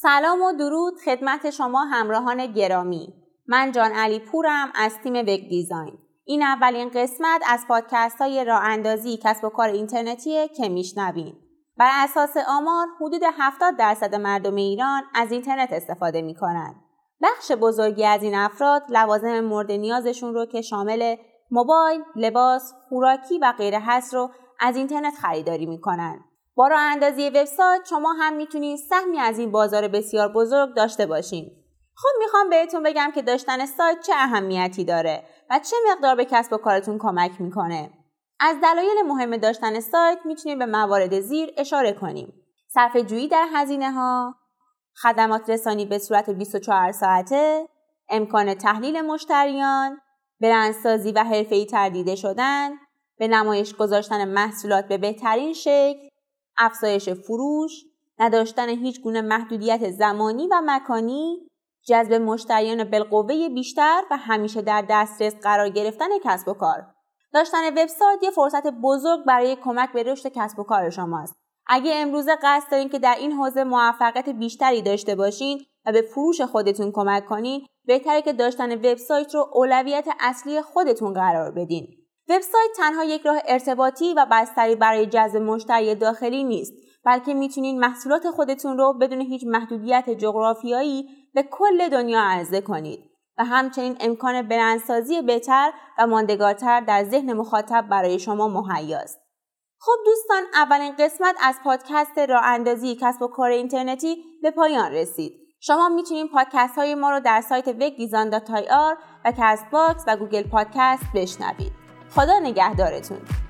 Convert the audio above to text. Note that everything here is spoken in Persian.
سلام و درود خدمت شما همراهان گرامی. من جان علی پورم از تیم وب دیزاین. این اولین قسمت از پادکست های راه اندازی کسب و کار اینترنتیه که میشنوین. بر اساس آمار حدود 70% مردم ایران از اینترنت استفاده میکنن. بخش بزرگی از این افراد لوازم مورد نیازشون رو که شامل موبایل، لباس، خوراکی و غیره هست رو از اینترنت خریداری میکنن. با راه اندازی وبسایت شما هم میتونید سهمی از این بازار بسیار بزرگ داشته باشین. خب میخوام بهتون بگم که داشتن سایت چه اهمیتی داره و چه مقدار به کسب و کارتون کمک میکنه. از دلایل مهم داشتن سایت میتونیم به موارد زیر اشاره کنیم: صرفه جویی در هزینه ها، خدمات رسانی به صورت 24 ساعته، امکان تحلیل مشتریان، برندسازی و حرفه‌ای تر دیده شدن، به نمایش گذاشتن محصولات به بهترین شکل، افزایش فروش، نداشتن هیچ گونه محدودیت زمانی و مکانی، جذب مشتریان بالقوه بیشتر و همیشه در دسترس قرار گرفتن کسب و کار. داشتن وبسایت یه فرصت بزرگ برای کمک به رشد کسب و کار شماست. اگه امروزه قصد دارین که در این حوزه موفقیت بیشتری داشته باشین و به فروش خودتون کمک کنین، بهتره که داشتن وبسایت رو اولویت اصلی خودتون قرار بدین. وبسایت تنها یک راه ارتباطی و بستری برای جذب مشتری داخلی نیست، بلکه میتونین محصولات خودتون رو بدون هیچ محدودیت جغرافیایی به کل دنیا عرضه کنید و همچنین امکان برندسازی بهتر و ماندگارتر در ذهن مخاطب برای شما مهیاست. خب دوستان، اولین قسمت از پادکست راه اندازی کسب و کار اینترنتی به پایان رسید. شما میتونید پادکست های ما رو در سایت webdesign.ir و کست باکس و گوگل پادکست بشنوید. خدا نگهدارتون.